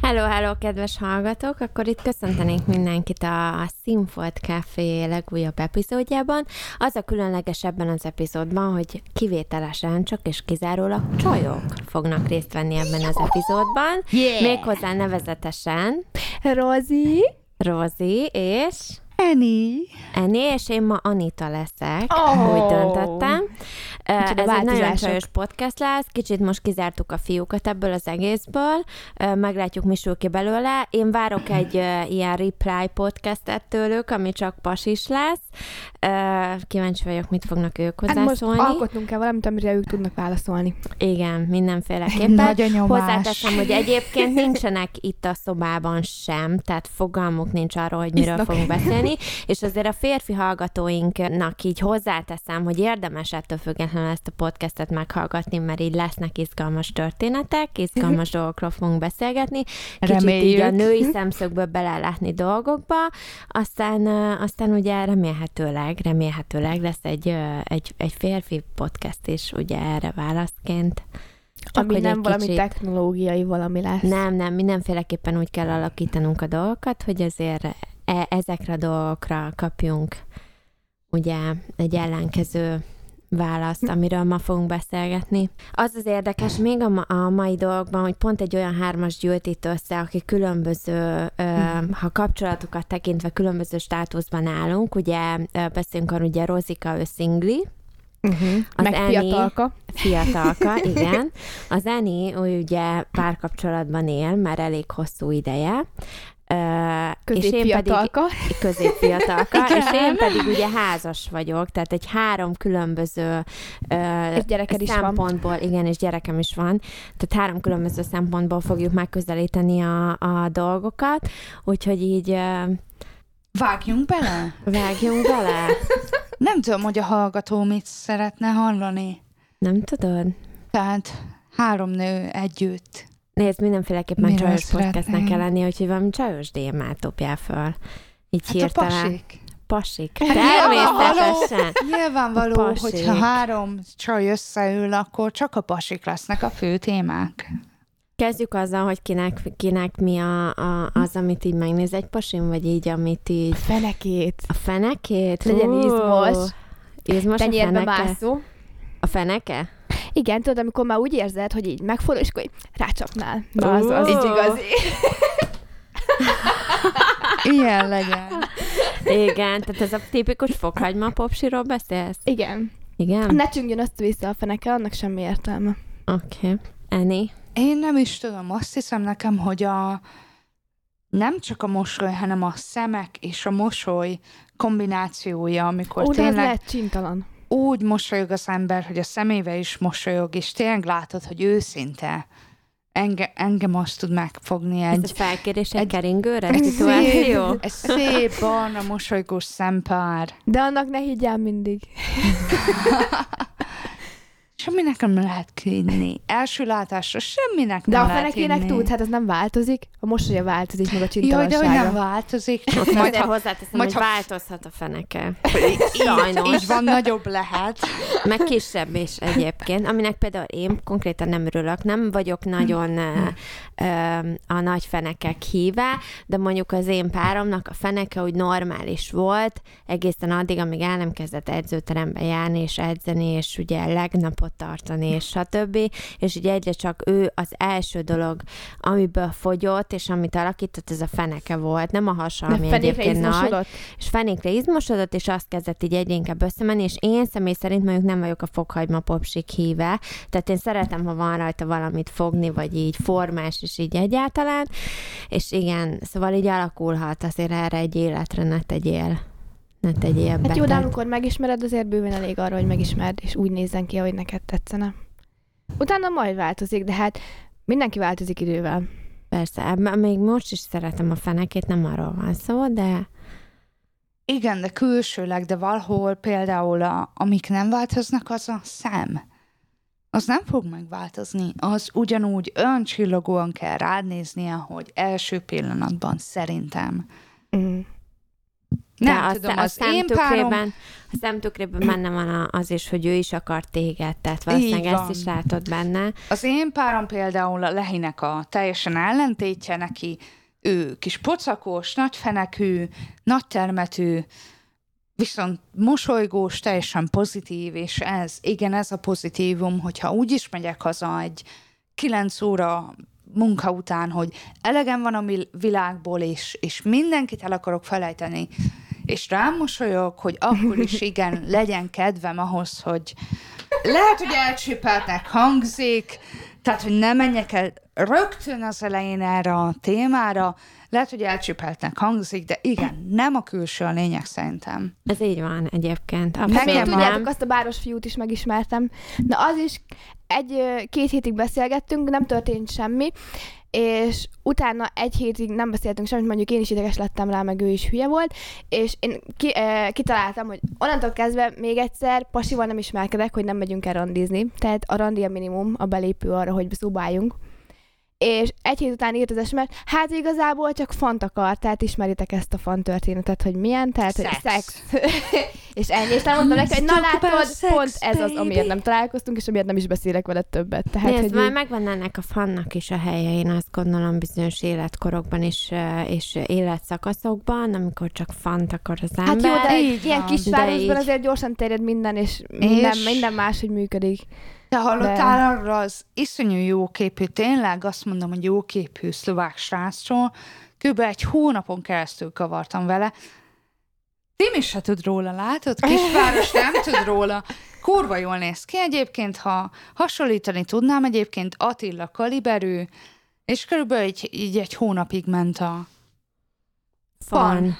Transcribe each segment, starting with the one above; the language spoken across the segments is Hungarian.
Hello, kedves hallgatók! Akkor itt köszöntenénk mindenkit a Színfolt Café legújabb epizódjában. Az a különleges ebben az epizódban, hogy kivételesen csak és kizárólag csajok fognak részt venni ebben az epizódban. Yeah. Méghozzá nevezetesen Rozi és... Eni, és én ma Anita leszek, úgy döntöttem. Ez egy nagyon csajos podcast lesz, kicsit most kizártuk a fiúkat ebből az egészből, meglátjuk, mi sül ki belőle. Én várok egy ilyen reply podcastet tőlük, ami csak pasis lesz. Kíváncsi vagyok, mit fognak ők hozzászólni. Hát most alkotnunk kell valamit, amire ők tudnak válaszolni. Igen, mindenféleképpen. Nagy a nyomás. Hozzáteszem, hogy egyébként nincsenek itt a szobában sem, tehát fogalmuk nincs arról, hogy miről fogunk beszélni. És azért a férfi hallgatóinknak így hozzáteszem, hogy érdemes ettől függetlenül ezt a podcastet meghallgatni, mert így lesznek izgalmas történetek, izgalmas dolgokról fogunk beszélgetni. Kicsit Reméljük. így a női szemszögből belelátni dolgokba, aztán ugye remélhetőleg lesz egy férfi podcast is ugye erre válaszként. Csak ami nem valami technológiai valami lesz. Nem, mindenféleképpen úgy kell alakítanunk a dolgokat, hogy azért ezekre a dolgokra kapjunk ugye egy ellenkező választ, amiről ma fogunk beszélgetni. Az érdekes még a mai dolgokban, hogy pont egy olyan hármas gyűlt itt össze, aki különböző, ha kapcsolatokat tekintve különböző státuszban állunk, ugye beszélünk arról, ugye Rozika, ő szingli, meg fiatalka. Fiatalka, igen. Az Eni, ő ugye párkapcsolatban él, már elég hosszú ideje. Középfiatalka. És én pedig ugye házas vagyok, tehát egy 3 különböző szempontból, igen, és gyerekem is van, tehát 3 különböző szempontból fogjuk megközelíteni a dolgokat, úgyhogy így... Vágjunk bele? Vágjunk bele? Nem tudom, hogy a hallgató mit szeretne hallani. Nem tudod? Tehát 3 nő együtt. Nézd, mindenféleképpen csajos podcastnek kell lenni, úgyhogy valami csajos témát dobjál föl. Így hát hirtelen. Pasik. Természetesen. Nyilvánvaló, hogyha 3 csaj összeül, akkor csak a pasik lesznek a fő témák. Kezdjük azzal, hogy kinek mi az, amit így megnéz egy pasim, vagy így, amit így... A fenekét. Legyen izmos. Izmos tenyérbe a feneke? mászó. A feneke? Igen, tudod, amikor már úgy érzed, hogy így megfordul, és akkor így rácsapnál. Na, az így igazi. Ilyen legyen. Igen, tehát ez a tipikus fokhagyma popsiról beszélsz? Igen. Igen? Ne csüngjön össze-vissza a feneke, annak semmi értelme. Oké. Eni? Én nem is tudom, azt hiszem nekem, hogy nem csak a mosoly, hanem a szemek és a mosoly kombinációja, amikor tényleg... de lehet csintalan. Úgy mosolyog az ember, hogy a szemével is mosolyog, és tényleg látod, hogy őszinte. Engem azt tud megfogni egy... Ez a felkérés egy keringőre szituáció? Egy szép barna mosolygós szempár. De annak ne higgyál mindig. Semminek nem lehet hinni. Első látásra semminek de nem lehet hinni. De a fenekének tud, hát ez nem változik. A mosolya változik, meg a csintalansága. Jaj, de hogy nem változik. Csak majd hozzáteszem, hogy változhat a feneke. Sajnos. Így van, nagyobb lehet. Meg kisebb is egyébként, aminek például én konkrétan nem örülök, nem vagyok nagyon a nagy fenekek híve, de mondjuk az én páromnak a feneke úgy normális volt, egészen addig, amíg el nem kezdett edzőterembe járni, és edzeni, és ugye legnapot tartani, és stb. És ugye egyre csak ő az első dolog, amiből fogyott, és amit alakított, ez a feneke volt, nem a hasa, ami egyébként nagy. És fenékre izmosodott, és azt kezdett így egyre inkább összemenni, és én személy szerint mondjuk nem vagyok a fokhagyma popsik híve, tehát én szeretem, ha van rajta valamit fogni, vagy így formás, és így egyáltalán, és igen, szóval így alakulhat azért erre egy életre, ne tegyél betet. Hát jó, de amikor megismered, azért bőven elég arra, hogy megismerd, és úgy nézzen ki, ahogy neked tetszene. Utána majd változik, de hát mindenki változik idővel. Persze, még most is szeretem a fenekét, nem arról van szó, de... Igen, de külsőleg, de valahol például amik nem változnak, az a szem. Az nem fog megváltozni. Az ugyanúgy olyan csillogóan kell rád néznie, hogy első pillanatban szerintem. Nem tudom, az én párom... A szemtükrében benne van az is, hogy ő is akar téged, tehát valószínűleg ezt is látod benne. Az én párom például a Lehinek a teljesen ellentétje neki, ő kis pocakos, nagyfenekű, nagytermetű, viszont mosolygós, teljesen pozitív, és ez a pozitívum, hogyha úgy is megyek haza egy 9 óra munka után, hogy elegem van a világból, és mindenkit el akarok felejteni, és rám mosolyog, hogy akkor is igen, legyen kedvem ahhoz, hogy lehet, hogy elcsépeltnek hangzik, tehát, hogy ne menjek el rögtön az elején erre a témára, lehet, hogy elcsépeltnek hangzik, de igen, nem a külső a lényeg szerintem. Ez így van egyébként. Tudjátok, azt a báros fiút is megismertem. Na az is, 1-2 hétig beszélgettünk, nem történt semmi, és utána 1 hétig nem beszéltünk semmit, mondjuk én is ideges lettem rá, meg ő is hülye volt, és én kitaláltam, hogy onnantól kezdve még egyszer pasival nem ismerkedek, hogy nem megyünk el randizni, tehát a randi a minimum, a belépő arra, hogy szobáljunk. És 1 hét után írt az SMS, hát igazából csak fant akar, tehát ismeritek ezt a fan történetet, hogy milyen, tehát hogy szex. És ennyi, és mondtam neki, hogy na látod, pont ez az, amiért nem találkoztunk, és amiért nem is beszélek veled többet. Tehát, nézd, már megvan ennek a fannak is a helye, én azt gondolom bizonyos életkorokban is, és életszakaszokban, amikor csak fant akar az ember. Hát jó, de ilyen kisvárosban azért gyorsan terjed minden, és minden máshogy működik. Te hallottál arra az iszonyú jóképű, tényleg azt mondom, hogy jóképű szlovák srácról, kb. 1 hónapon keresztül kavartam vele. Timi se tud róla, látod? Kisváros nem tud róla. Kurva jól néz ki egyébként, ha hasonlítani tudnám, egyébként Attila kaliberű, és körülbelül így 1 hónapig ment a fan.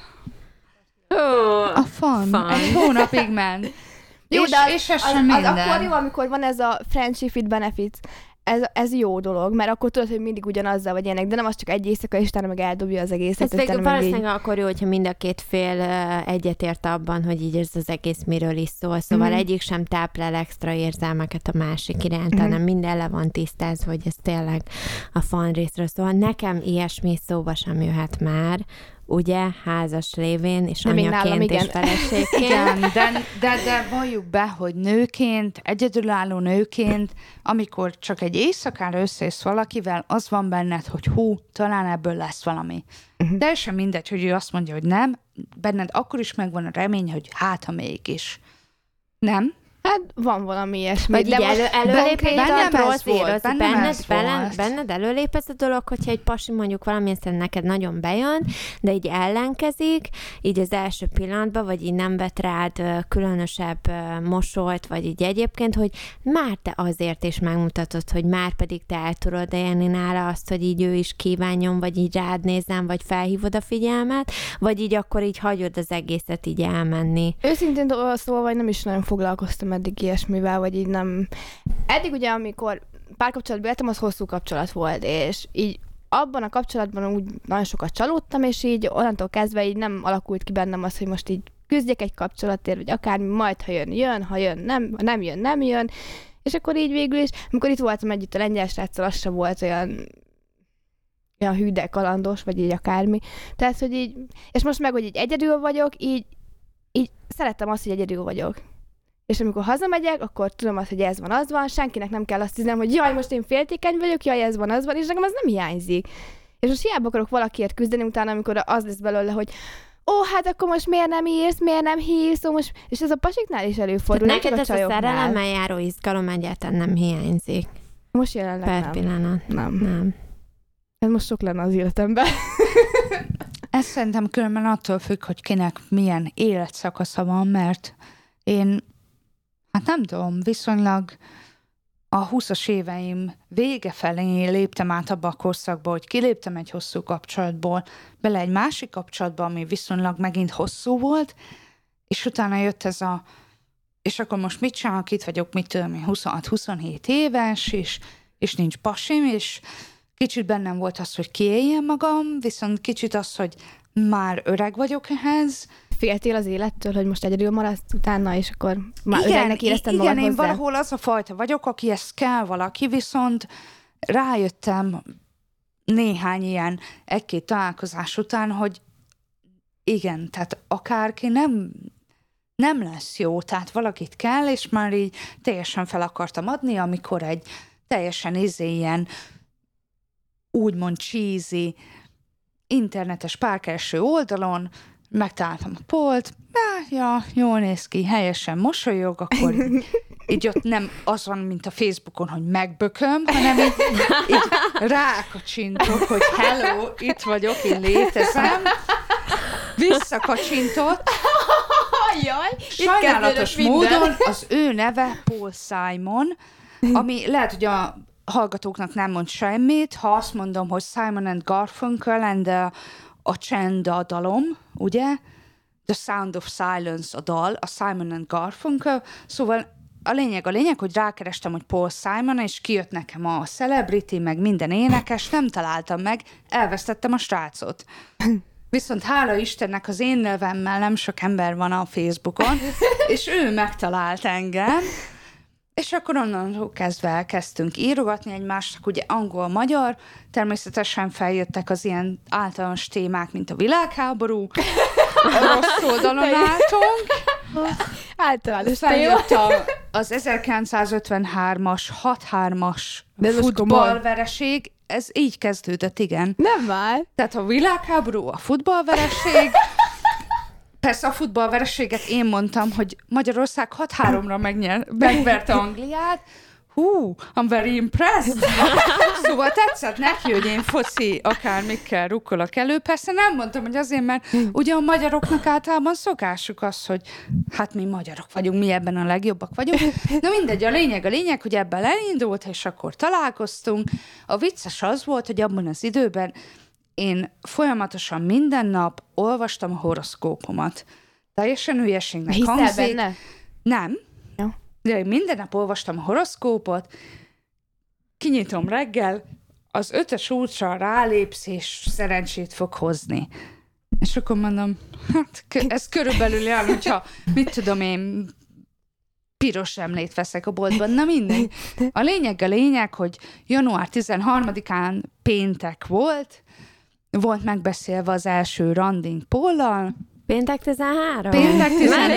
A fan. 1 hónapig ment. Jó, de az akkor jó, amikor van ez a friendship with benefits, ez jó dolog, mert akkor tudod, hogy mindig ugyanazzal vagy ilyenek, de nem az csak egy éjszaka, és utána meg eldobja az egészet. Ez végül valószínűleg akkor jó, hogyha mind a két fél egyetért abban, hogy így ez az egész miről is szól. Szóval egyik sem táplál extra érzelmeket a másik iránt, hanem minden le van tisztázva, hogy ez tényleg a fan részről szól. Nekem ilyesmi szóba sem jöhet már, ugye, házas lévén, és de anyaként és feleségként. Igen, de valljuk be, hogy nőként, egyedülálló nőként, amikor csak egy éjszakára összejössz valakivel, az van benned, hogy talán ebből lesz valami. Teljesen mindegy, hogy ő azt mondja, hogy nem, benned akkor is megvan a remény, hogy hát, ha mégis. Nem? Hát van valami ilyesmi. De előlép benned előlép ez a dolog, hogyha egy pasi mondjuk valamilyen szerint neked nagyon bejön, de így ellenkezik, így az első pillanatban, vagy így nem vet rád különösebb mosolyt, vagy így egyébként, hogy már te azért is megmutatod, hogy már pedig te el tudod élni nála azt, hogy így ő is kívánjon, vagy így rád nézzen, vagy felhívod a figyelmet, vagy így akkor így hagyod az egészet így elmenni. Őszintén szóval, vagy nem is nagyon foglalkoztam eddig ilyesmivel, vagy így nem. Eddig ugye, amikor párkapcsolatban éltem, az hosszú kapcsolat volt, és így abban a kapcsolatban úgy nagyon sokat csalódtam, és így onnantól kezdve így nem alakult ki bennem az, hogy most így küzdjek egy kapcsolatért, vagy akármi, majd ha jön, ha nem jön, és akkor így végül is, amikor itt voltam együtt a lengyel sráccal, az sem volt olyan hű, de kalandos, vagy így akármi. Tehát, hogy így, és most meg, hogy így egyedül vagyok, így szerettem azt, hogy egyedül vagyok. És amikor hazamegyek, akkor tudom azt, hogy ez van, az van, senkinek nem kell azt hiszem, hogy jaj, most én féltékeny vagyok, jaj, ez van, az van, és nekem az nem hiányzik. És most hiába akarok valakiért küzdeni utána, amikor az lesz belőle, hogy hát akkor most miért nem írsz, miért nem hívsz, most... és ez a pasiknál is előfordul. Neked ez a szerelemmel járó izgalom egyáltalán nem hiányzik. Most jelenleg per pillanat. Nem. Ez most sok lenne az életemben. Ez szerintem különben attól függ, hogy kinek milyen életszakasza van, mert én nem tudom, viszonylag a 20-as éveim vége felé léptem át abba a korszakba, hogy kiléptem egy hosszú kapcsolatból, bele egy másik kapcsolatba, ami viszonylag megint hosszú volt, és utána jött ez és akkor most mit csinálok, itt vagyok, 26-27 éves, és nincs pasim, és kicsit bennem volt az, hogy kiéljem magam, viszont kicsit az, hogy már öreg vagyok ehhez. Féltél az élettől, hogy most egyedül maradsz utána, és akkor már öregnek érezted magad hozzá? Igen, én valahol az a fajta vagyok, akihez kell valaki, viszont rájöttem néhány ilyen 1-2 találkozás után, hogy igen, tehát akárki nem lesz jó, tehát valakit kell, és már így teljesen fel akartam adni, amikor egy teljesen ilyen úgymond cheesy internetes párkereső oldalon megtaláltam a Polt, ja, jól néz ki, helyesen mosolyog, akkor így ott nem az van, mint a Facebookon, hogy megbököm, hanem így rákacsintok, hogy hello, itt vagyok, én létezem. Visszakacsintott. Jaj, sajnálatos módon az ő neve Paul Simon, ami lehet, hogy a hallgatóknak nem mond semmit, ha azt mondom, hogy Simon and Garfunkel and a csend a dalom, ugye? The Sound of Silence a dal, a Simon and Garfunkel, szóval a lényeg, hogy rákerestem, hogy Paul Simon, és kijött nekem a Celebrity, meg minden énekes, nem találtam meg, elvesztettem a srácot. Viszont hála Istennek az én nevemmel nem sok ember van a Facebookon, és ő megtalált engem, és akkor onnantól kezdve elkezdtünk írogatni egymásnak, ugye angol-magyar, természetesen feljöttek az ilyen általános témák, mint a világháború, a rossz oldalon álltunk, általános feljött az 1953-as, 6-3-as futballvereség, ez így kezdődött, igen. Nem már. Tehát a világháború, a futballvereség, persze a futballvereséget én mondtam, hogy Magyarország 6-3-ra megverte Angliát. I'm very impressed. Szóval tetszett neki, hogy én foci akármikkel rukkolok elő. Persze nem mondtam, hogy azért, mert ugye a magyaroknak általában szokásuk az, hogy hát mi magyarok vagyunk, mi ebben a legjobbak vagyunk. Na mindegy, a lényeg, hogy ebben elindult, és akkor találkoztunk. A vicces az volt, hogy abban az időben én folyamatosan minden nap olvastam a horoszkópomat. Teljesen hülyeségnek hangzik. Hiszel benne? Nem. Jó. De én minden nap olvastam a horoszkópot, kinyitom reggel, az 5-ös útra rálépsz, és szerencsét fog hozni. És akkor mondom, hát ez körülbelül olyan, hogyha, mit tudom én, piros emlét veszek a boltban. Na mindegy. A lényeg, hogy január 13-án péntek volt megbeszélve az első randing Póllal. Péntek 13? Péntek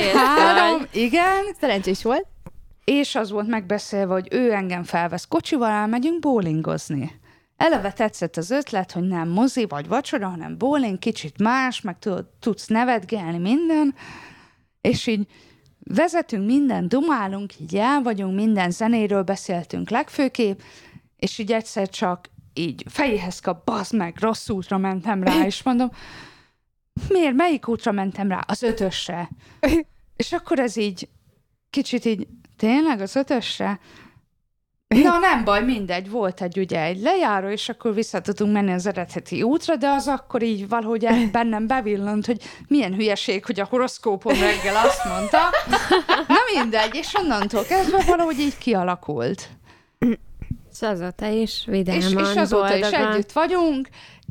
13, igen. Szerencsés volt. És az volt megbeszélve, hogy ő engem felvesz kocsival, elmegyünk bowlingozni. Eleve tetszett az ötlet, hogy nem mozi vagy vacsora, hanem bowling, kicsit más, meg tudsz nevetgélni minden, és így vezetünk minden, dumálunk, így el vagyunk, minden zenéről beszéltünk legfőképp, és így egyszer csak így fejéhez kap, bazd meg, rossz útra mentem rá, és mondom, miért, melyik útra mentem rá? Az 5-ösre. És akkor ez így kicsit így, tényleg az 5-ösre? Na nem baj, mindegy, volt egy lejáró, és akkor vissza tudunk menni az eredeti útra, de az akkor így valahogy bennem bevillant, hogy milyen hülyeség, hogy a horoszkópom reggel azt mondta. Na mindegy, és onnantól kezdve valahogy így kialakult. És azóta is vidáman, és azóta boldogan. is együtt vagyunk,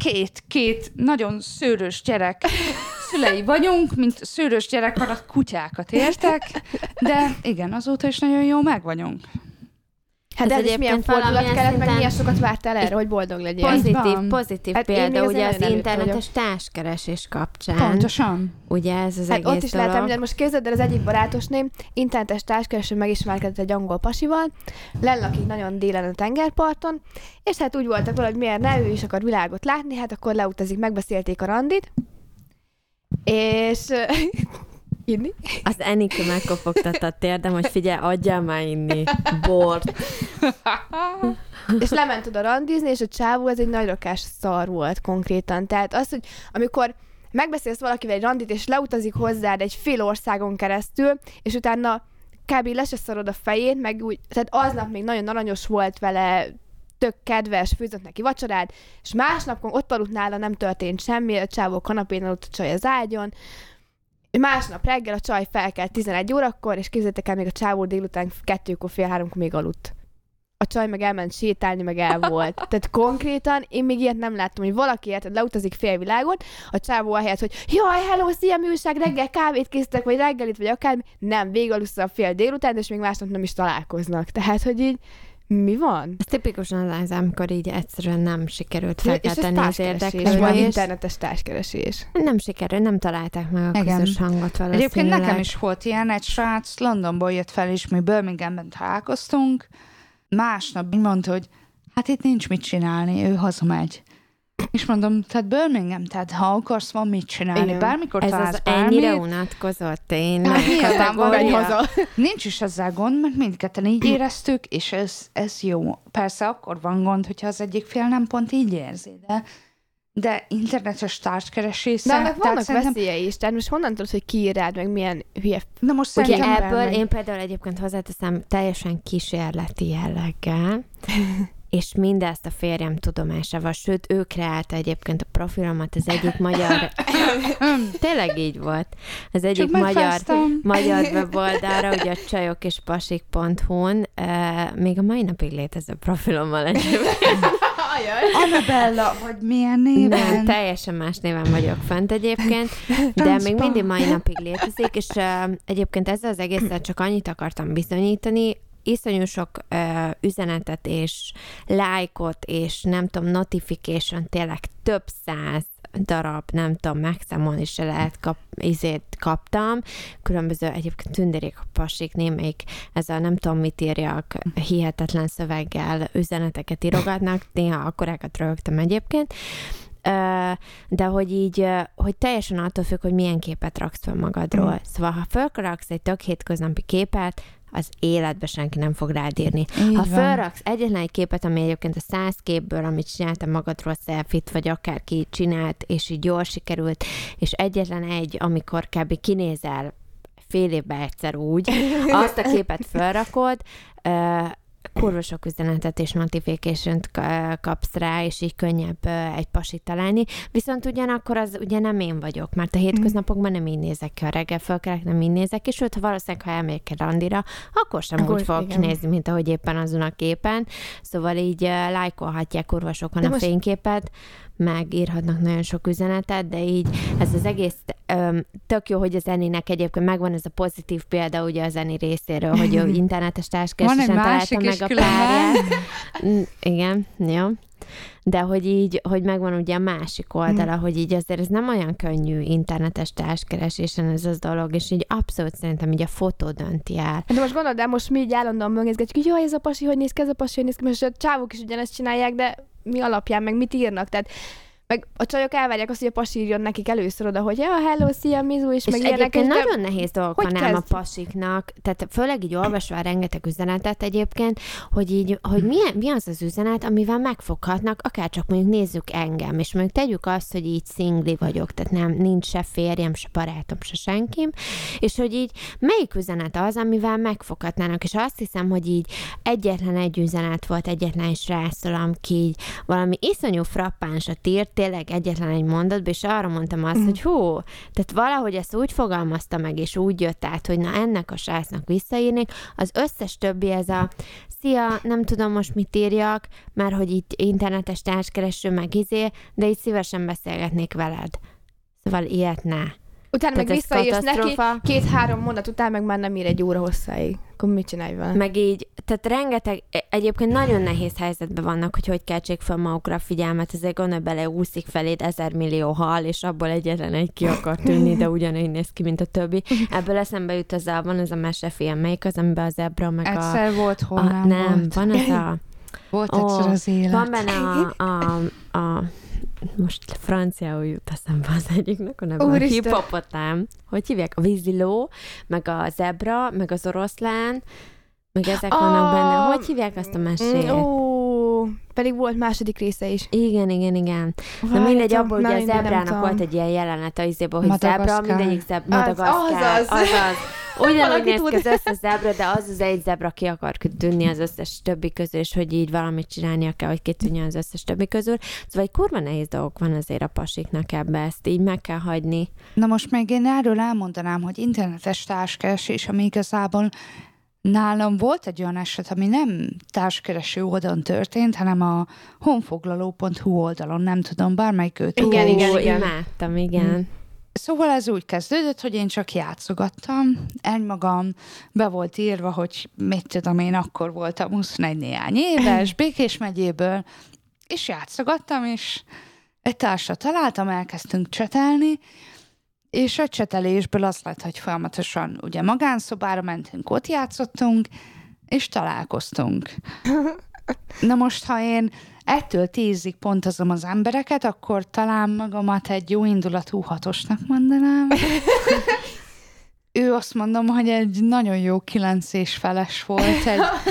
két nagyon szőrös gyerek szülei vagyunk, mint szőrös gyerek maradt kutyákat értek, de igen, azóta is nagyon jól meg vagyunk. Hát ez is milyen fordulat kellett, meg milyen sokat vártál erre, hogy boldog legyél. Pozitív hát példa, ugye az internetes társkeresés kapcsán. Pontosan. Ugye ez az hát egész ott is dolog. lehetem, most képzeld el, az egyik barátosném internetes társkereső megismerkedett egy angol pasival, lennakik nagyon délen a tengerparton, és hát úgy voltak valahogy miért ne, ő is akar világot látni, hát akkor leutazik, megbeszélték a randit, és... inni? Az Enikő megkopogtatta a térdem, hogy figyelj, adjál már inni bort. És lement oda randizni, és a csávó ez egy nagy rakás szar volt konkrétan. Tehát az, hogy amikor megbeszélsz valakivel egy randit, és leutazik hozzád egy fél országon keresztül, és utána kb. Le se szarod a fejét, meg úgy, tehát aznap még nagyon aranyos volt vele, tök kedves, főzött neki vacsorát, és másnap ott aludt nála, nem történt semmi, a csávó kanapén aludt, a csaj az ágyon. Másnap reggel a csaj felkelt 11 órakor, és képzeljétek el, még a csávó délután 2-kor, fél 3-kor még aludt. A csaj meg elment sétálni, meg el volt. Tehát konkrétan én még ilyet nem láttam, hogy valaki érted, leutazik félvilágot, a csávó ahelyett, hogy jaj, hello, szia, mi újság, reggel kávét készítek, vagy reggelit, vagy akármi. Nem, végigalussza a fél délután, és még másnap nem is találkoznak. Tehát, hogy így Mi van? Ez tipikusan az, amikor így egyszerűen nem sikerült felkelteni az Ez érdeklődést. internetes társkeresés. Nem sikerült, nem találták meg a Igen. közös hangot valószínűleg. Egyébként nekem is volt ilyen, egy srác Londonból jött fel, és mi Birminghamben találkoztunk. Másnap mondta, hogy hát itt nincs mit csinálni, ő hazamegy. És mondom, tehát Birmingham, tehát ha akarsz, van mit csinálni. Igen. Bármikor ez találsz az bármit. ennyire unatkozott én. Hát nyilvánvalóan haza. Nincs is ezzel gond, mert mindketten így éreztük, és ez jó. Persze akkor van gond, hogyha az egyik fél nem pont így érzi, de internetes társkeresés. De annak vannak veszélyei is, tehát most honnan tudod, hogy ki ír rád, meg milyen hülye... Na most Ugye szerintem ebből én például egyébként hozzáteszem teljesen kísérleti jelleggel, és mindezt a férjem tudomásával, sőt, ő kreálta egyébként a profilomat, az egyik magyar... Tényleg így volt. Az egyik magyar weboldalra, ugye a csajok és pasik.hu-n, még a mai napig létező profilommal egyébként. Annabella, vagy milyen néven? Nem, teljesen más néven vagyok fent egyébként, de még mindig mai napig létezik, és egyébként ezzel az egészet csak annyit akartam bizonyítani, iszonyú sok üzenetet és lájkot és nem tudom, notification, tényleg több száz darab, nem tudom, megszámolni se lehet kaptam. Különböző egyébként tündérék, pasik, némelyik ez a nem tudom mit írjak, hihetetlen szöveggel üzeneteket írogatnak, néha akkorákat rögtem egyébként. De hogy így, hogy teljesen attól függ, hogy milyen képet raksz fel magadról. Szóval, ha felraksz egy tök hétköznapi képet, az életben senki nem fog rád írni. Ha felraksz egyetlen egy képet, ami egyébként a 100 képből, amit csináltam magadról selfie-t, vagy akárki csinált, és így jól sikerült, és egyetlen egy, amikor kb. Kinézel fél évben egyszer úgy, azt a képet felrakod, kurva sok üzenetet és notification-t kapsz rá, és így könnyebb egy pasit találni. Viszont ugyanakkor az ugye nem én vagyok, mert a hétköznapokban nem így nézek ki, a reggel fölkelek, nem így nézek ki, sőt, ha valószínűleg, ha elmegyek egy randira, akkor sem úgy fog kinézni, mint ahogy éppen azon a képen. Szóval így lájkolhatják kurva sokan a fényképet, meg írhatnak nagyon sok üzenetet, de így ez az egész tök jó, hogy a Zeninek egyébként megvan ez a pozitív példa ugye a Zeni részéről, hogy ő internetes társkeresésen találta meg a párját. Igen, jó. De hogy így, hogy megvan ugye a másik oldala, hogy így azért ez nem olyan könnyű internetes társkeresésen ez az dolog, és így abszolút szerintem így a fotó dönti el. De most gondolod, de most mi így állandóan mögézgetjük, hogy jaj, ez a pasi, hogy néz ki, ez a pasi, hogy néz ki, most a csávok is ugyanezt csinálják, de mi alapján, meg mit írnak, tehát meg a csajok elvárják azt, hogy a pasi írjon nekik először oda, hogy ja, hello, szia, Mizu, és meg ilyenek. És nagyon nehéz dolgok van ám a pasiknak, tehát főleg így olvasva rengeteg üzenetet egyébként, hogy így, hogy mi az az üzenet, amivel megfoghatnak, akárcsak mondjuk nézzük engem, és mondjuk tegyük azt, hogy így szingli vagyok, tehát nincs se férjem, se barátom, se senkim, és hogy így melyik üzenet az, amivel megfoghatnának, és azt hiszem, hogy így egyetlen egy üzenet volt, egyetlen egy sráctól, ki így valami iszonyú frappánsat írt, tényleg egyetlen egy mondatban, és arra mondtam azt, hogy hú, tehát valahogy ezt úgy fogalmazta meg, és úgy jött át, hogy na ennek a srácnak visszaírnék, az összes többi ez a szia, nem tudom most mit írjak, mert hogy itt internetes társkereső meg de így szívesen beszélgetnék veled. Szóval ilyet ne. Utána meg visszaírsz neki, 2-3 mondat után meg már nem ír egy óra hosszáig. Akkor mit csinálj vele? Meg így, tehát rengeteg, egyébként nagyon nehéz helyzetben vannak, hogy keltsék fel magukra a figyelmet, ezért gondolj bele, úszik feléd 1000 millió hal, és abból egyetlen egy ki akar tűnni, de ugyanúgy néz ki, mint a többi. Ebből eszembe jut az van ez a mesefilm, melyik az, amiben a zebra, meg egyszer volt, hol nem volt. Van az a... Volt egyszer az élet. Van benne a most franciául jut eszembe az egyiknek a neve, a hipopotám. Hogy hívják? A víziló, meg a zebra, meg az oroszlán, meg ezek vannak benne. Hogy hívják azt a mesét? Pedig volt második része is. Igen. Na mindegy, abból ugye a zebrának volt egy ilyen jelenete, hogy zebra, mindegyik Madagaszkár. Azaz. Ugyanúgy néz ki az összes zebra, de az egy zebra ki akar tűnni az összes többi közül, és hogy így valamit csinálnia kell, hogy kitűnjön az összes többi közül. Szóval egy kurva nehéz dolgok van azért a pasiknak ebbe, ezt így meg kell hagyni. Na most még én erről elmondanám, hogy internetes társkeresés, ami igazából nálam volt egy olyan eset, ami nem társkereső oldalon történt, hanem a honfoglaló.hu oldalon, nem tudom, bármelyik őt. Igen. Imádtam, igen. Szóval ez úgy kezdődött, hogy én csak játszogattam, egymagam, be volt írva, hogy mit tudom én, akkor voltam 21 néhány éves, Békés megyéből, és játszogattam, és egy társat találtam, elkezdtünk csetelni, és a csetelésből az lett, hogy folyamatosan ugye magánszobára mentünk, ott játszottunk, és találkoztunk. Na most, ha én 1-től 10-ig pontozom az embereket, akkor talán magamat egy jó indulatú 6-osnak mondanám. Ő azt mondom, hogy egy nagyon jó 9 és feles volt.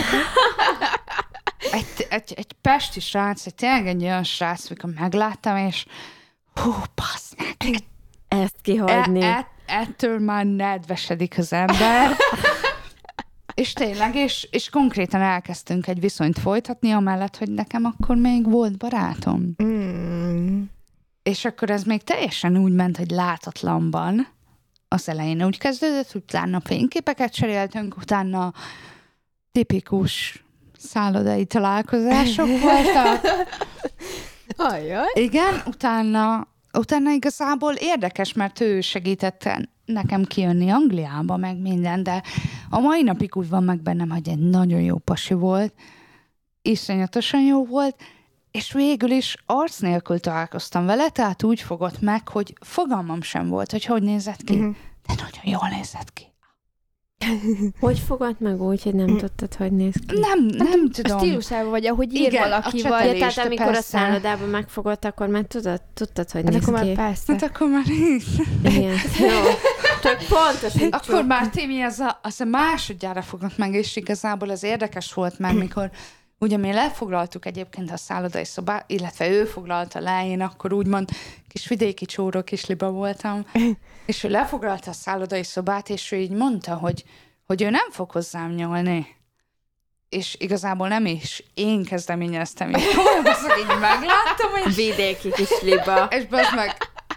Egy pesti srác, tényleg egy olyan srác, amikor megláttam, és bassz meg. Ezt kihagyni. Ettől már nedvesedik az ember. És tényleg, és konkrétan elkezdtünk egy viszonyt folytatni, amellett, hogy nekem akkor még volt barátom. És akkor ez még teljesen úgy ment, hogy látatlanban. Az elején úgy kezdődött, utána fényképeket cseréltünk, utána tipikus szállodai találkozások voltak. Ajjaj. Igen, utána igazából érdekes, mert ő segített nekem kijönni Angliába, meg minden, de a mai napig úgy van meg bennem, hogy egy nagyon jó pasi volt, iszonyatosan jó volt, és végül is arc nélkül találkoztam vele, tehát úgy fogott meg, hogy fogalmam sem volt, hogy nézett ki, de nagyon jól nézett ki. Hogy fogad meg úgy, hogy nem tudtad, hogy néz ki? Nem tudom. A stílusában vagy, ahogy ír valaki, vagy... Tehát amikor persze. A szállodában megfogott, akkor már tudtad, hogy néz akkor ki. Már persze. Hát akkor már így. Igen, jó. Csak pontos. Akkor már Timi az a másodjára fogott meg, és igazából ez érdekes volt már, mikor ugye mi lefoglaltuk egyébként a szállodai szobát, illetve ő foglalta le, én akkor úgymond kis vidéki csóró kisliba voltam, és ő lefoglalta a szállodai szobát, és ő így mondta, hogy ő nem fog hozzám nyúlni. És igazából nem is én kezdeményeztem, így így megláttam, hogy... Vidéki kisliba. És bazd meg...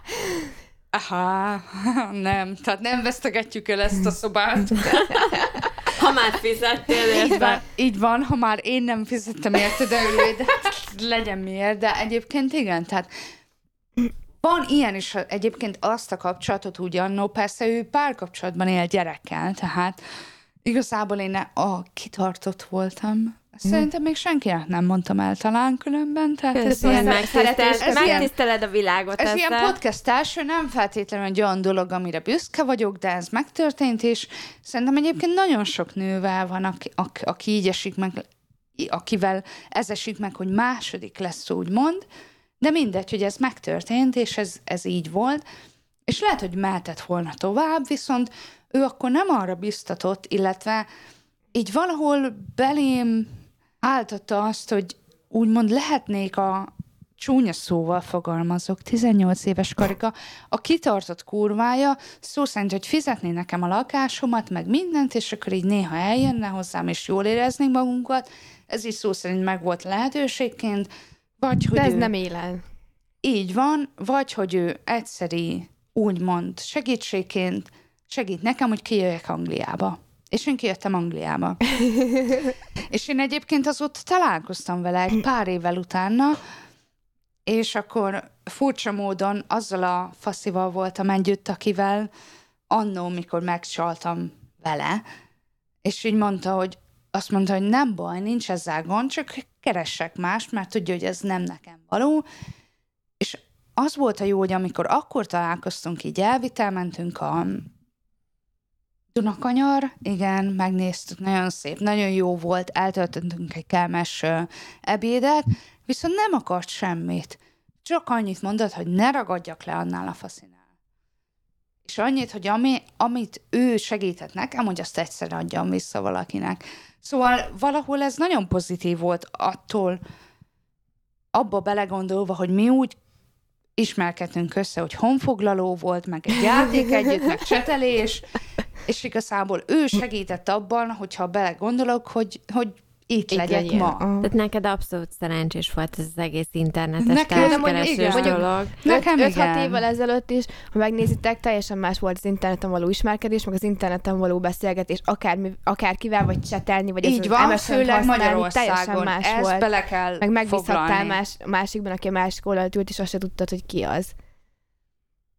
Nem, tehát nem vesztegetjük el ezt a szobát. Ha már fizettél érte. Így van, ha már én nem fizettem érte, de legyen miért, de egyébként igen, tehát van ilyen is, egyébként azt a kapcsolatot ugyannó, persze ő párkapcsolatban él gyerekkel, tehát igazából én kitartott voltam. Szerintem még senkinek nem mondtam el talán különben. Tehát ez ilyen megtiszteled a világot. Ez ilyen podcast első, nem feltétlenül egy olyan dolog, amire büszke vagyok, de ez megtörtént, és szerintem egyébként nagyon sok nővel van, aki így esik meg, akivel ez esik meg, hogy második lesz, úgymond, de mindegy, hogy ez megtörtént, és ez így volt, és lehet, hogy mehetett volna tovább, viszont ő akkor nem arra biztatott, illetve így valahol belém áltatta azt, hogy úgymond lehetnék a csúnya szóval fogalmazok, 18 éves Karika, a kitartott kurvája, szó szerint, hogy fizetné nekem a lakásomat, meg mindent, és akkor így néha eljönne hozzám, és jól éreznénk magunkat. Ez is szó szerint meg volt lehetőségként. Vagy, hogy de ez nem élen. Így van, vagy hogy ő egyszeri, úgymond segítségként segít nekem, hogy kijöjjek Angliába. És én kijöttem Angliába. És én egyébként azóta találkoztam vele egy pár évvel utána, és akkor furcsa módon azzal a faszival voltam együtt, akivel annó, mikor megcsaltam vele, és így azt mondta, hogy nem baj, nincs ezzel gond, csak keressek mást, mert tudja, hogy ez nem nekem való. És az volt a jó, hogy amikor akkor találkoztunk, így elmentünk a Dunakanyar, igen, megnéztük, nagyon szép, nagyon jó volt, eltöltöttünk egy kellemes ebédet, viszont nem akart semmit. Csak annyit mondott, hogy ne ragadjak le annál a faszinál. És annyit, hogy amit ő segített nekem, hogy azt egyszer adjam vissza valakinek. Szóval valahol ez nagyon pozitív volt attól, abba belegondolva, hogy mi úgy ismerkedtünk össze, hogy honfoglaló volt, meg egy játék együtt, meg csetelés, és igazából ő segített abban, hogyha belegondolok, hogy itt legyek ma. Tehát neked abszolút szerencsés volt ez az egész internetes társkeresős dolog. Nekem 5-6 évvel ezelőtt is, ha megnézitek, teljesen más volt az interneten való ismerkedés, meg az interneten való beszélgetés, akárkivel, vagy csetelni, vagy így van, főleg Magyarországon. Más ezt volt. Bele kell meg megbízhattál másikban, aki a másik oldalt ült, és azt se tudtad, hogy ki az.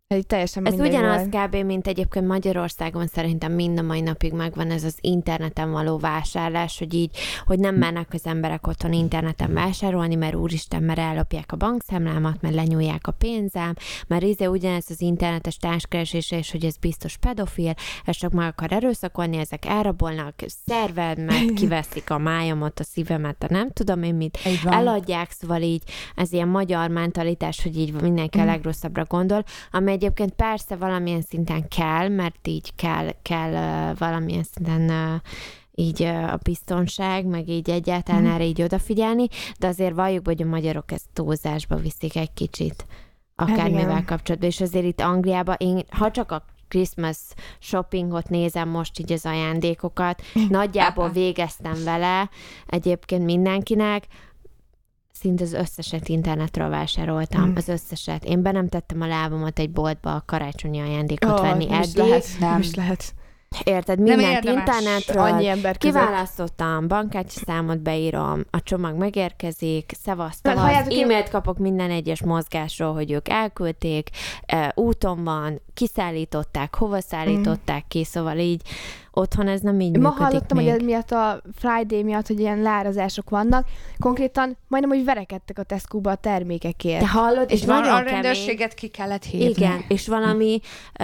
Ez teljesen Ez mindegy ugyanaz volt. kb. Mint egyébként Magyarországon szerintem mind a mai napig megvan ez az interneten való vásárlás, hogy így, hogy nem mennek az emberek otthon interneten vásárolni, mert úristen, mert ellopják a bankszámlámat, mert lenyúlják a pénzem, mert ugyanez az internetes társkeresés, és hogy ez biztos pedofil, ez csak meg akar erőszakolni, ezek elrabolnak, szervemet, kiveszik a májamat, a szívemet, a nem tudom én mit, eladják, szóval így ez ilyen magyar mentalitás, hogy így mindenki a legrosszabbra gondol, ami egyébként persze valamilyen szinten kell, mert így kell valamilyen szinten így a biztonság, meg így egyáltalán erre így odafigyelni, de azért valljuk, hogy a magyarok ezt túlzásba viszik egy kicsit, akármivel kapcsolatban, és azért itt Angliában ha csak a Christmas shoppingot nézem most így az ajándékokat, nagyjából végeztem vele egyébként mindenkinek, szinte az összeset internetről vásároltam, az összeset. Én be nem tettem a lábamat egy boltba a karácsonyi ajándékot venni eddig. Nem is lehet. Érted, mindent internetről, annyi ember között. Kiválasztottam, bankkártya számot beírom, a csomag megérkezik, szevasz, e-mailt kapok minden egyes mozgásról, hogy ők elküldték, úton van, kiszállították, hova szállították ki, szóval így otthon ez nem így működik. Ma hallottam, még. hogy ez miatt a Friday miatt, hogy ilyen leárazások vannak, konkrétan majdnem, hogy verekedtek a Tesco-ba a termékekért. Te hallod, és van a rendőrséget ki kellett hívni. Igen, és valami,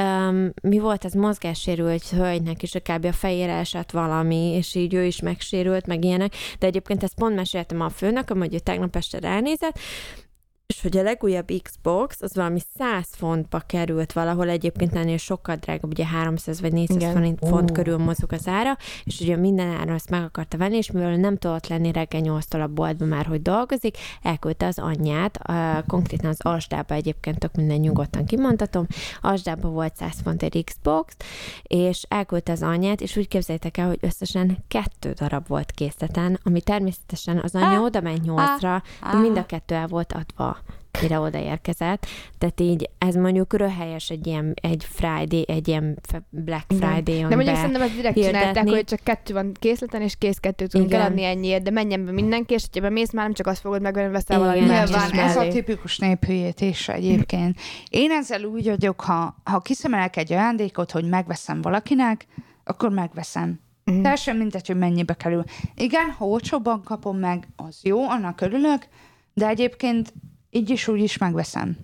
mi volt ez, mozgássérült hölgynek is, kb. A fejére esett valami, és így ő is megsérült, meg ilyenek, de egyébként ezt pont meséltem a főnököm, hogy ő tegnap este ránézett, és hogy a legújabb Xbox, az valami 100 fontba került valahol, egyébként ennél sokkal drágább, ugye 300 vagy 400 font körül mozog az ára, és ugye minden ára azt meg akarta venni, és mivel nem tudott lenni reggel 8-tól a boltban már, hogy dolgozik, elküldte az anyját, konkrétan az Asdába egyébként tök minden nyugodtan kimondhatom, Asdába volt 100 font egy Xbox, és elküldte az anyját, és úgy képzeljétek el, hogy összesen 2 darab volt készleten, ami természetesen az anyja oda ment 8-ra, de mind a 2 el volt adva, mire odaérkezett. Tehát így ez mondjuk röhelyes egy Friday, egy ilyen Black Friday-on de mondjuk szerintem ezt direkt csinálták, hogy csak 2 van készleten, és kész 2 tudunk eladni ennyiért, de menjen be mindenki, és hogyha bemész, már nem csak azt fogod megvenni, veszel valami más. Nyilván, ez a tipikus néphülyítés egyébként. Én ezzel úgy vagyok, ha kiszemelek egy ajándékot, hogy megveszem valakinek, akkor megveszem. Teljesen mindegy, hogy mennyibe kerül. Igen, ha olcsóbban kapom meg, az jó, annak örülök, de egyébként így is úgy is megveszem.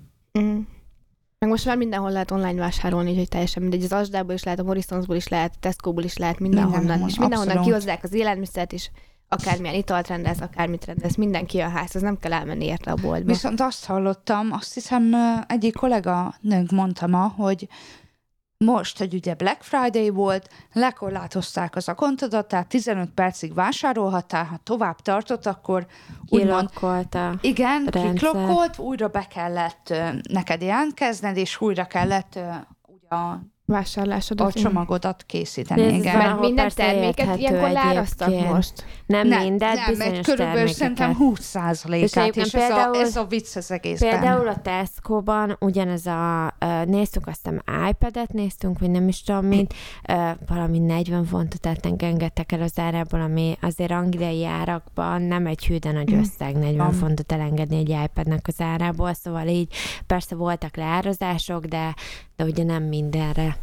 Meg most már mindenhol lehet online vásárolni, úgyhogy teljesen mindegy. Az Asdából is lehet, a Morrisonsból is lehet, a Tesco-ból is lehet, mindenhonnan. És mindenhonnan kihozzák az élelmiszert is, akármilyen italt rendelsz, akármit rendelsz, mindenki a ház, az nem kell elmenni érte a boltba. Viszont azt hallottam, azt hiszem egyik kolléganőnk mondta ma, hogy most, hogy ugye Black Friday volt, lekorlátozták az akontodat, tehát 15 percig vásárolhattál, ha tovább tartott, akkor úgymond... Igen, kiklokkolt, újra be kellett neked jelentkezned, és újra kellett ugye vásárlásodat. A csomagodat készíteni. Igen. Mert minden terméket ilyenkor leárasztak most. Nem mindent, bizonyos körülbelül szerintem 20%-át, és ez a vicc az egészben. Például a Tesco-ban ugyanez néztünk, aztán iPad-et néztünk, vagy nem is tudom mint, valami 40 fontot engedtek el az árából, ami azért angliai árakban nem egy hű, de nagy összeg 40 fontot elengedni egy iPad-nek az árából, szóval így persze voltak leárazások, de ugye nem mindenre.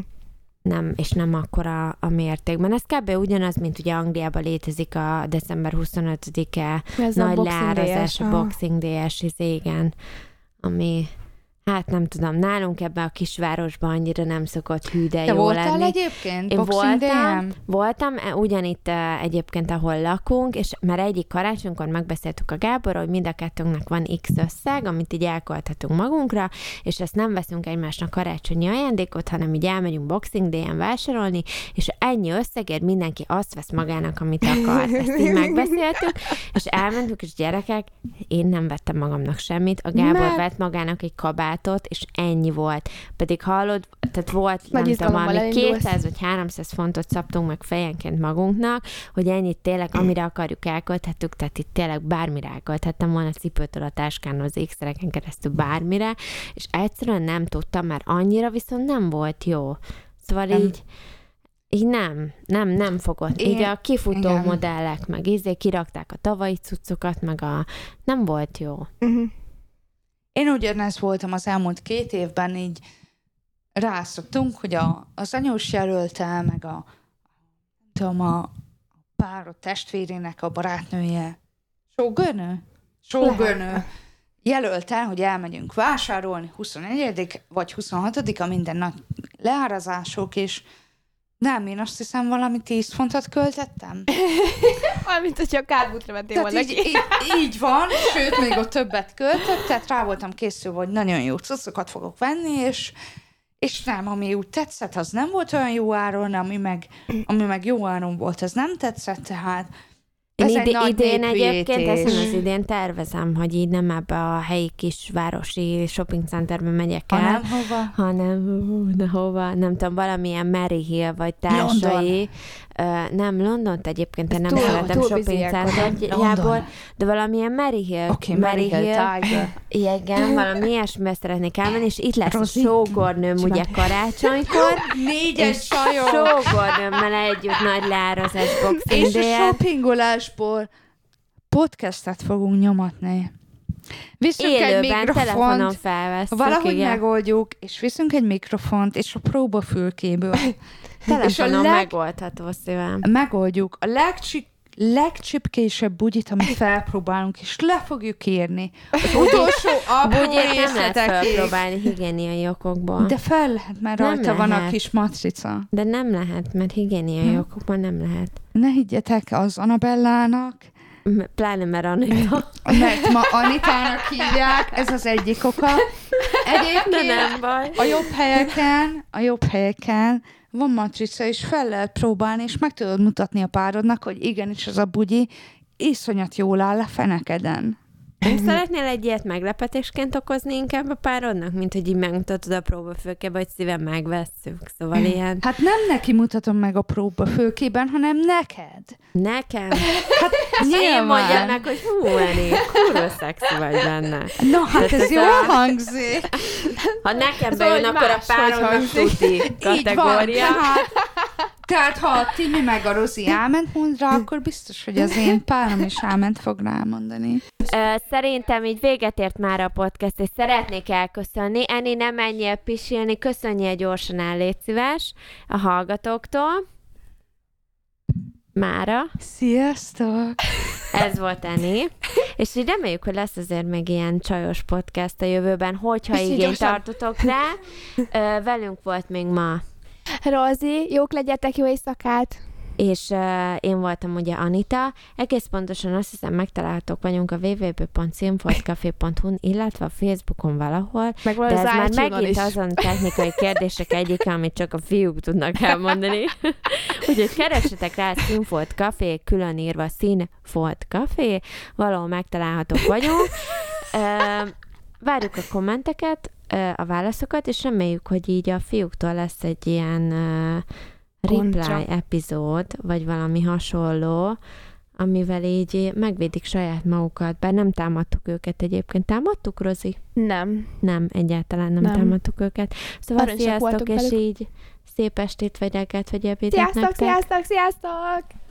Nem, és nem akkora a mértékben. Ez kb. Ugyanaz, mint ugye Angliában létezik a december 25-e nagy leárazás, a Boxing Day-es, igen, ami, hát nem tudom, nálunk ebben a kisvárosban annyira nem szokott hű, de jó voltál lenni. Egyébként? Én voltam ugyanitt egyébként, ahol lakunk, és már egyik karácsonykor megbeszéltük a Gáborral, hogy mind a kettőnknek van X összeg, amit így elkölthetünk magunkra, és ezt nem veszünk egymásnak karácsonyi ajándékot, hanem így elmegyünk Boxing Day-en vásárolni, és ennyi összegért mindenki azt vesz magának, amit akar. Ezt így megbeszéltük, és elmentünk, és gyerekek, én nem vettem magamnak semmit, a Gábor vett magának egy kabátot, és ennyi volt. Pedig hallod, tehát volt, nem tudom, valami 200 vagy 300 fontot szabtunk meg fejenként magunknak, hogy ennyit tényleg, amire akarjuk elkölthettük, tehát itt tényleg bármire elkölthettem volna, cipőtől a táskán az X-tereken keresztül bármire, és egyszerűen nem tudtam, mert annyira viszont nem volt jó. Szóval így nem fogott. Így a kifutó modellek, meg kirakták a tavalyi cuccokat, meg nem volt jó. Én ugyanez voltam az elmúlt 2 évben, így rászoktunk, hogy az anyós jelölte, meg a párod testvérének a barátnője, sógornő jelölte, hogy elmegyünk vásárolni 21. vagy 26. minden nagy leárazások, és nem, én azt hiszem valami 10 fontot költettem. Mint hogyha kárbutra vettél volna ki. Így van, sőt, még ott többet költött, tehát rá voltam készülve, hogy nagyon jó cuccokat fogok venni, és nem, ami úgy tetszett, az nem volt olyan jó áron, ami meg jó áron volt, az nem tetszett, tehát Én idén egyébként ezen az idén tervezem, hogy így nem ebbe a helyi kisvárosi shopping centerbe megyek el, hanem hova, nem tudom, valamilyen Maryhill vagy társai. Nem, Londont egyébként én nem szeretem shopping centerjából, de valamilyen Maryhill. Oké, Maryhill, Tiger. Igen, valami ilyesmibe szeretnék elmenni, és itt lesz a sógornőm ugye karácsonykor. 4-es sajok. Sógornőmmel együtt nagy leárazás Boxing És a Day-en. shoppingolásból podcastet fogunk nyomatni. Viszünk Élőben, egy mikrofont, telefonon felveszünk, valahogy igen. megoldjuk, és viszünk egy mikrofont, és a próbafülkéből. Telefonon megoldható szívem. Megoldjuk a legcsipkésebb bugyit, amit felpróbálunk, és le fogjuk írni. Az utolsó apró Bugyit nem lehet részletekig. felpróbálni higiéniai okokból. De fel lehet, mert Nem rajta van a lehet. kis matrica. De nem lehet, mert higiéniai okokból nem lehet. Ne higgyetek az Annabellának, Pláne mert Anita. mert ma Anitának hívják, ez az egyik oka. De Egyébként nem baj. a jobb helyeken van matrica, és fel lehet próbálni, és meg tudod mutatni a párodnak, hogy igenis az a bugyi iszonyat jól áll a fenekeden. Nem szeretnél egy ilyet meglepetésként okozni inkább a párodnak, mint hogy így megmutatod a próbafőkébe, hogy szívem megvesszük. Szóval ilyen... Hát nem neki mutatom meg a próbafőkében, hanem neked. Nekem? Hát Én mondjam meg, hogy hú, Eni, kurva szexi vagy benne. No, hát Tehát ez jól hangzik. Ha nekem Ez bejön, valahogy akkor a máshogy párodnak hangzik. tuti Így van, kategória. tehát ha a Timi meg a Rozi áment mond rá, akkor biztos, hogy az én párom is áment fog rámondani. Szerintem így véget ért már a podcast, és szeretnék elköszönni. Eni, nem menjél pisilni, köszönjél gyorsan el, légy szíves a hallgatóktól. Mára. Sziasztok! Ez volt Eni. És így reméljük, hogy lesz azért még ilyen csajos podcast a jövőben, hogyha És így igényt gyorsan. tartotok rá. Velünk volt még ma. Rozi, jók legyetek, jó éjszakát! És én voltam ugye Anita. Egész pontosan azt hiszem megtalálhatók vagyunk a www.színfoltcafé.hu-n, illetve a Facebookon valahol. Meg De ez már iTunes-on megint is. azon technikai kérdések egyike, amit csak a fiúk tudnak elmondani. Úgyhogy keressetek rá Színfolt Café, külön írva Színfolt Café, valahol megtalálhatók vagyunk. Várjuk a kommenteket, a válaszokat, és reméljük, hogy így a fiúktól lesz egy ilyen reply epizód, vagy valami hasonló, amivel így megvédik saját magukat, bár nem támadtuk őket egyébként. Támadtuk, Rozi? Nem. Nem, egyáltalán nem támadtuk őket. Szóval Aranyosak sziasztok, voltunk és velük. így szép estét, vagy reggelt, vagy ebédet Sziasztok, nektek. sziasztok, sziasztok!